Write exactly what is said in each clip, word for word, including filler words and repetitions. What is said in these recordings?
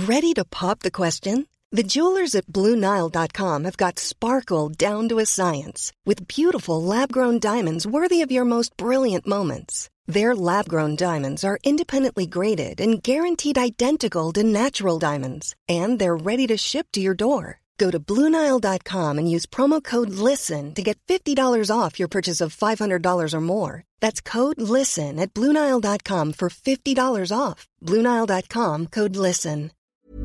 Ready to pop the question? The jewelers at Blue Nile dot com have got sparkle down to a science with beautiful lab-grown diamonds worthy of your most brilliant moments. Their lab-grown diamonds are independently graded and guaranteed identical to natural diamonds, and they're ready to ship to your door. Go to Blue Nile dot com and use promo code LISTEN to get fifty dollars off your purchase of five hundred dollars or more. That's code LISTEN at Blue Nile dot com for fifty dollars off. Blue Nile dot com, code LISTEN.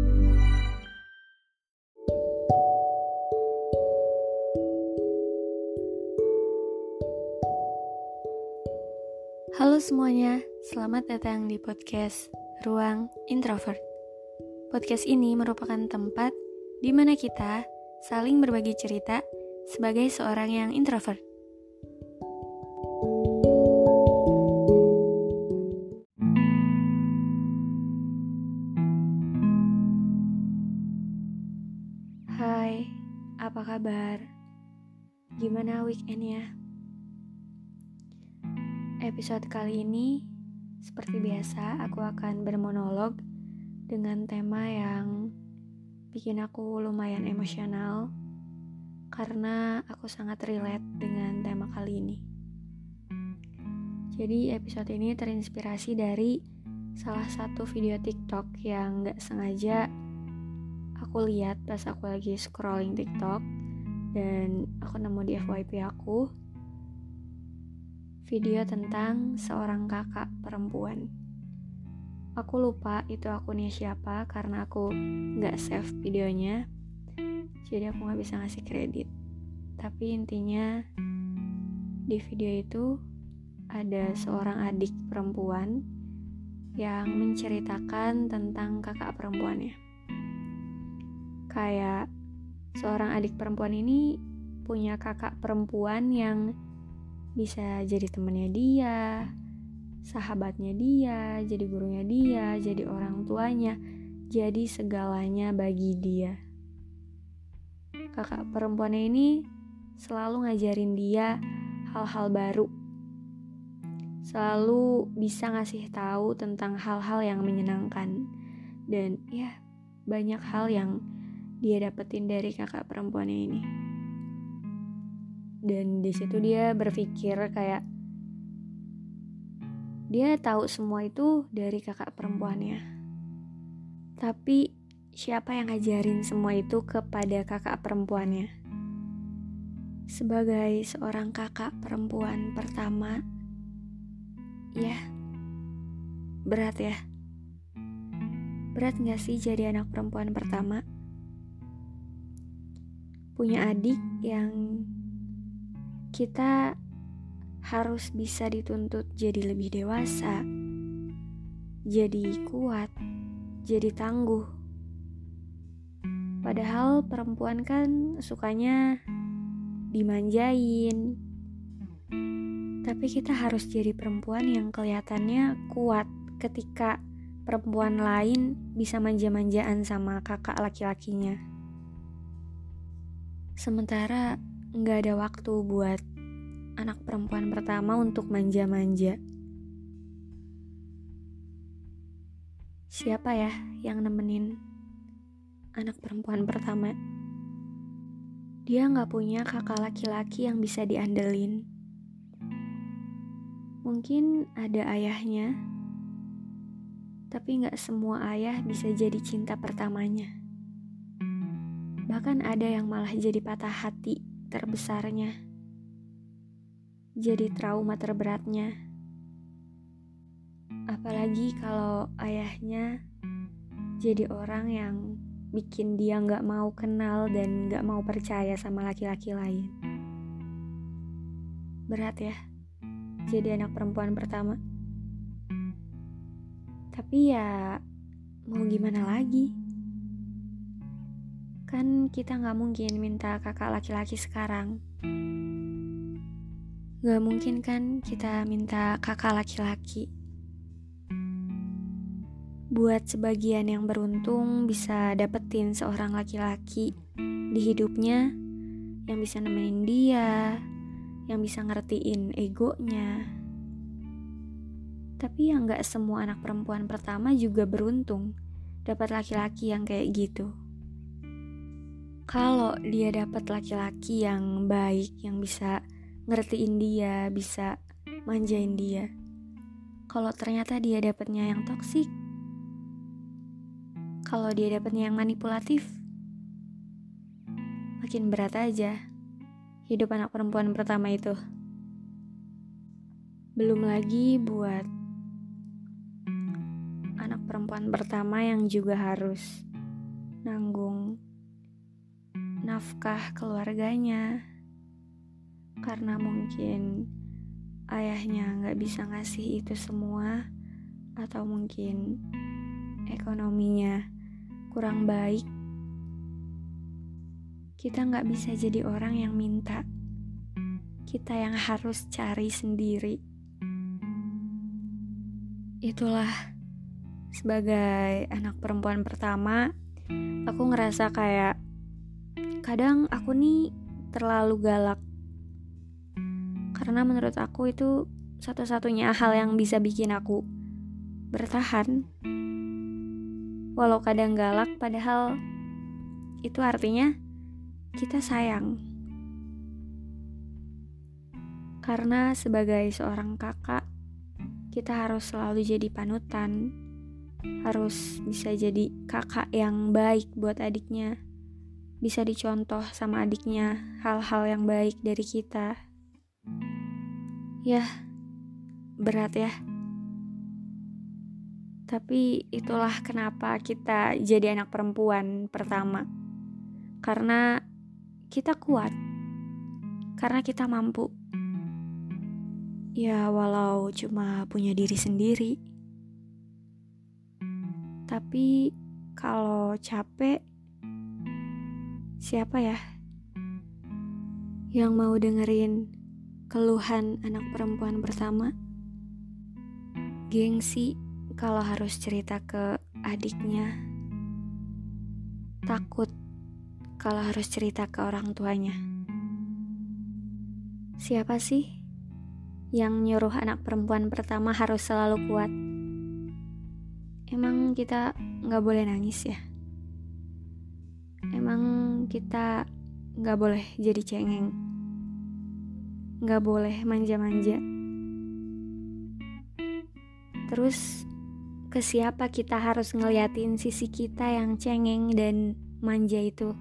Halo semuanya, selamat datang di podcast Ruang Introvert. Podcast ini merupakan tempat di mana kita saling berbagi cerita sebagai seorang yang introvert. Hai, apa kabar? Gimana weekendnya? Episode kali ini, seperti biasa, aku akan bermonolog dengan tema yang bikin aku lumayan emosional karena aku sangat relate dengan tema kali ini. Jadi episode ini terinspirasi dari salah satu video TikTok yang gak sengaja aku lihat pas aku lagi scrolling TikTok, dan aku nemu di F Y P aku video tentang seorang kakak perempuan. Aku lupa itu akunnya siapa karena aku gak save videonya, jadi aku gak bisa ngasih kredit. Tapi intinya di video itu ada seorang adik perempuan yang menceritakan tentang kakak perempuannya. Kayak seorang adik perempuan ini punya kakak perempuan yang bisa jadi temannya dia, sahabatnya dia, jadi gurunya dia, jadi orang tuanya, jadi segalanya bagi dia. Kakak perempuannya ini selalu ngajarin dia hal-hal baru, selalu bisa ngasih tahu tentang hal-hal yang menyenangkan, dan ya banyak hal yang dia dapetin dari kakak perempuannya ini. Dan di situ dia berpikir kayak dia tahu semua itu dari kakak perempuannya. Tapi siapa yang ngajarin semua itu kepada kakak perempuannya? Sebagai seorang kakak perempuan pertama, ya berat ya. Berat gak sih jadi anak perempuan pertama? Punya adik yang kita harus bisa dituntut jadi lebih dewasa, jadi kuat, jadi tangguh. Padahal perempuan kan sukanya dimanjain. Tapi kita harus jadi perempuan yang kelihatannya kuat ketika perempuan lain bisa manja-manjaan sama kakak laki-lakinya. Sementara gak ada waktu buat anak perempuan pertama untuk manja-manja. Siapa ya yang nemenin anak perempuan pertama? Dia gak punya kakak laki-laki yang bisa diandelin. Mungkin ada ayahnya, tapi gak semua ayah bisa jadi cinta pertamanya. Bahkan ada yang malah jadi patah hati terbesarnya, jadi trauma terberatnya. Apalagi kalau ayahnya jadi orang yang bikin dia gak mau kenal dan gak mau percaya sama laki-laki lain. Berat ya jadi anak perempuan pertama. Tapi ya mau gimana lagi? Kan kita gak mungkin minta kakak laki-laki sekarang. Gak mungkin kan kita minta kakak laki-laki. Buat sebagian yang beruntung bisa dapetin seorang laki-laki di hidupnya yang bisa nemenin dia, yang bisa ngertiin egonya. Tapi yang gak semua anak perempuan pertama juga beruntung dapat laki-laki yang kayak gitu. Kalau dia dapat laki-laki yang baik, yang bisa ngertiin dia, bisa manjain dia. Kalau ternyata dia dapatnya yang toksik, kalau dia dapatnya yang manipulatif, makin berat aja hidup anak perempuan pertama itu. Belum lagi buat anak perempuan pertama yang juga harus nanggung nafkah keluarganya, karena mungkin ayahnya gak bisa ngasih itu semua, atau mungkin ekonominya kurang baik. Kita gak bisa jadi orang yang minta, kita yang harus cari sendiri. Itulah, sebagai anak perempuan pertama, aku ngerasa kayak kadang aku nih terlalu galak. Karena menurut aku itu satu-satunya hal yang bisa bikin aku bertahan. Walau kadang galak, padahal itu artinya kita sayang. Karena sebagai seorang kakak, kita harus selalu jadi panutan, harus bisa jadi kakak yang baik buat adiknya, bisa dicontoh sama adiknya hal-hal yang baik dari kita. Yah, berat ya. Tapi itulah kenapa kita jadi anak perempuan pertama. Karena kita kuat, karena kita mampu. Ya walau cuma punya diri sendiri, tapi kalau capek, siapa ya yang mau dengerin keluhan anak perempuan pertama? Gengsi kalau harus cerita ke adiknya, takut kalau harus cerita ke orang tuanya. Siapa sih yang nyuruh anak perempuan pertama harus selalu kuat? Emang kita gak boleh nangis ya? Emang kita gak boleh jadi cengeng? Gak boleh manja-manja? Terus ke siapa kita harus ngeliatin sisi kita yang cengeng dan manja itu?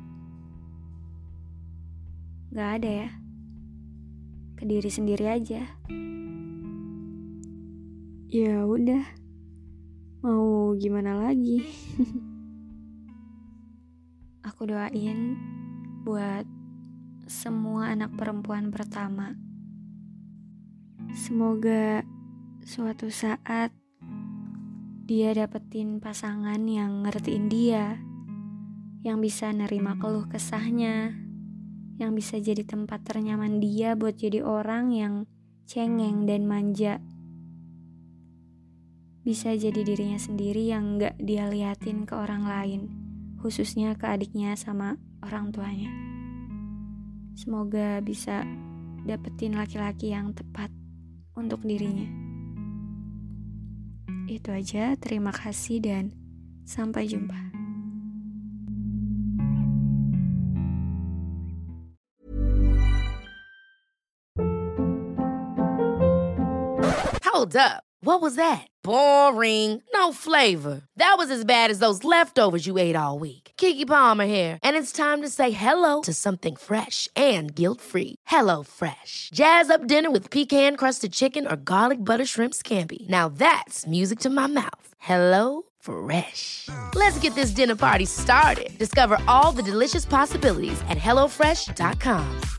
Gak ada ya? Ke diri sendiri aja. Ya udah, mau gimana lagi? Aku doain buat semua anak perempuan pertama, semoga suatu saat dia dapetin pasangan yang ngertiin dia, yang bisa nerima keluh kesahnya, yang bisa jadi tempat ternyaman dia buat jadi orang yang cengeng dan manja. Bisa jadi dirinya sendiri yang gak dia liatin ke orang lain, khususnya ke adiknya sama orang tuanya. Semoga bisa dapetin laki-laki yang tepat untuk dirinya. Itu aja, terima kasih dan sampai jumpa. Hold up. What was that? Boring. No flavor. That was as bad as those leftovers you ate all week. Keke Palmer here, and it's time to say hello to something fresh and guilt-free. Hello Fresh. Jazz up dinner with pecan-crusted chicken or garlic butter shrimp scampi. Now that's music to my mouth. Hello Fresh. Let's get this dinner party started. Discover all the delicious possibilities at hello fresh dot com.